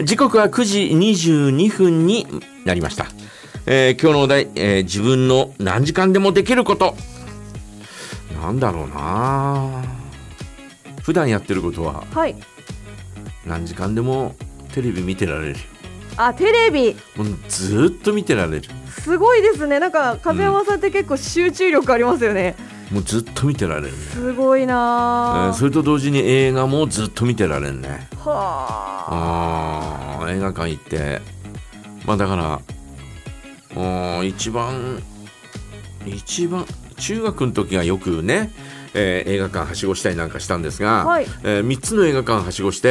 時刻は9時22分になりました。今日のお題、自分の何時間でもできること、なんだろうな。普段やってることは、 はい、 何時間でもテレビ見てられるよ。 あ、テレビもうずっと見てられる。 すごいですね。なんか風山さんって結構集中力ありますよね。 もうずっと見てられるね。 すごいな、 それと同時に映画もずっと見てられるね。 はあ、映画館行って、まあだから一番中学の時がよくね、映画館はしごしたりなんかしたんですが、 はい、 3つの映画館はしごして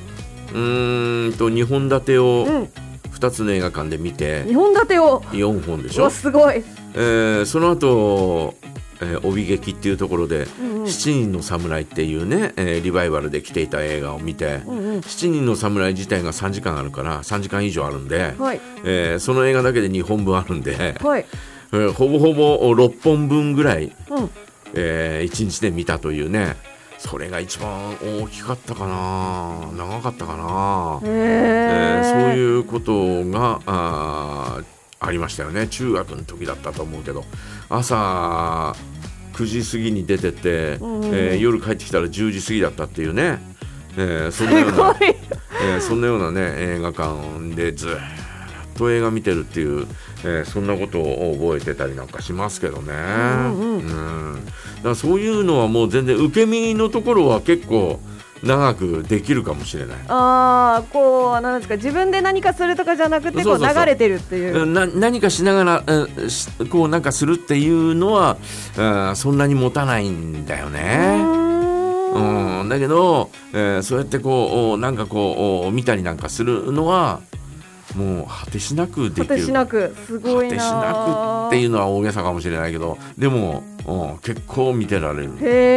、2本立てを2つの映画館で見て、 2本立てを 4本でしょ。 すごい。 その後帯劇っていうところで、7人の侍っていうね、リバイバルで来ていた映画を見て、7人の侍自体が3時間あるから3時間以上あるんで、 はい、 その映画だけで2本分あるんで、 はい、 ほぼほぼ6本分ぐらい、1日で見たというね。それが一番大きかったかな、長かったかな。そういうことがありましたよね。中学の時だったと思うけど、朝9時過ぎに出てって、夜帰ってきたら10時過ぎだったっていうね、そんなようなね、映画館でずっと映画見てるっていう、そんなことを覚えてたりなんかしますけどね。だからそういうのはもう全然受け身のところは結構長くできるかもしれない。 こうなんですか、自分で何かするとかじゃなくて、こう流れてるっていう、 何かしながら、こうなんかするっていうのはそんなに持たないんだよね。だけど、そうやってこうなんかこう見たりなんかするのはもう果てしなくできる。 果てしなく、すごいな。 果てしなくっていうのは大げさかもしれないけど、でも、結構見てられる。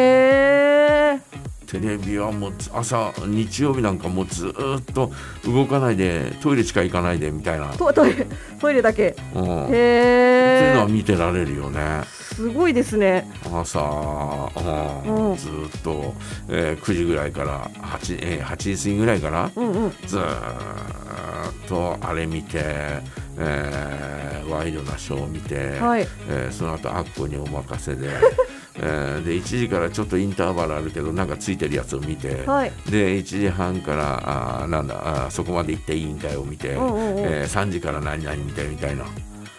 テレビはもう朝日曜日なんかもうずっと動かないで、トイレしか行かないでみたいな、 トイレだけ、 っていうのは見てられるよね。 すごいですね。 朝、ずっと、9時ぐらいから8時過ぎぐらいから、ずっとあれ見て、ワイドなショーを見て、その後アッコにお任せでで1時からちょっとインターバルあるけどなんかついてるやつを見て、で1時半からそこまで行っていいんかよを見て、3時から何々見てみたいな、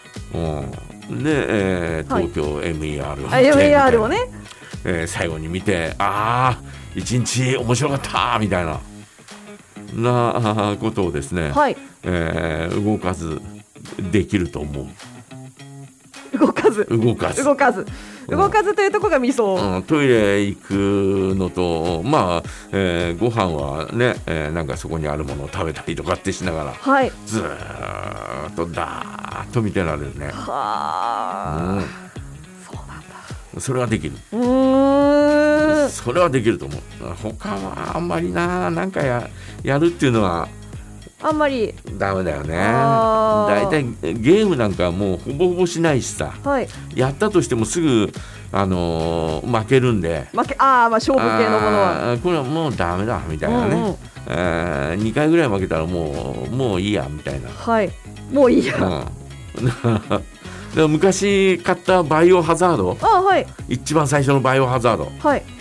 で、東京 MER を見て、 MER をね、 最後に見て、一日面白かったみたいなことをですね、動かずできると思う。 動かずというところがミソ、 トイレ行くのと、ご飯はね、なんかそこにあるものを食べたりとかってしながら、ずーっとだーっと見てられるね。そうなんだ。それはできる。それはできると思う。他はあんまりなんかやるっていうのはあんまりダメだよね。だいたいゲームなんかもうほぼほぼしないしさ、やったとしてもすぐ、負けるんで、勝負系のものはこれはもうダメだみたいなね、2回ぐらい負けたらもういいやみたいな、もういいや、で昔買ったバイオハザード、一番最初のバイオハザード、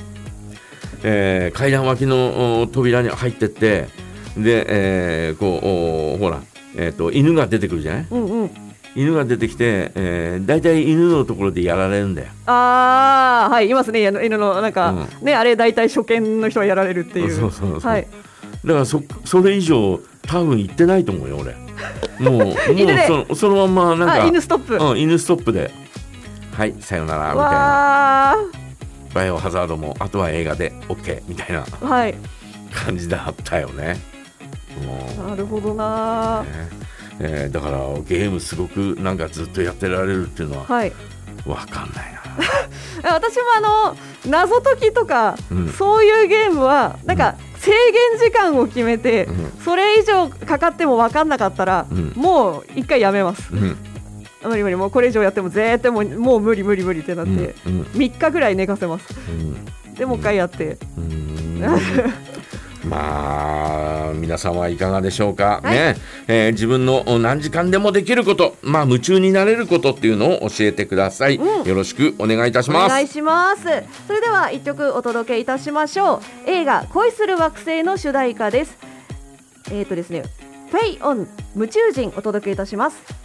階段脇の扉に入ってってで、ほら、犬が出てくるじゃない、犬が出てきて、だいたい犬のところでやられるんだよ。いますね、犬のなんか、あれだいたい初見の人はやられるっていう。だからそれ以上多分行ってないと思うよ俺。もうそのまんまなんか犬ストップで、はいさよならみたいな。バイオハザードもあとは映画で OK みたいな、感じだったよね。なるほどな、だからゲームすごくなんかずっとやってられるっていうのは分かんないな。 私も謎解きとか、そういうゲームはなんか制限時間を決めて、それ以上かかっても分かんなかったら、もう一回やめます。無理もうこれ以上やっても絶対もう無理ってなって、3日ぐらい寝かせます。でもう一回やって、 皆皆さんはいかがでしょうか、ね。自分の何時間でもできること、夢中になれることっていうのを教えてください、よろしくお願いいたします。 お願いします。それでは1曲お届けいたしましょう。映画恋する惑星の主題歌です。ですね、フェイオン夢中人お届けいたします。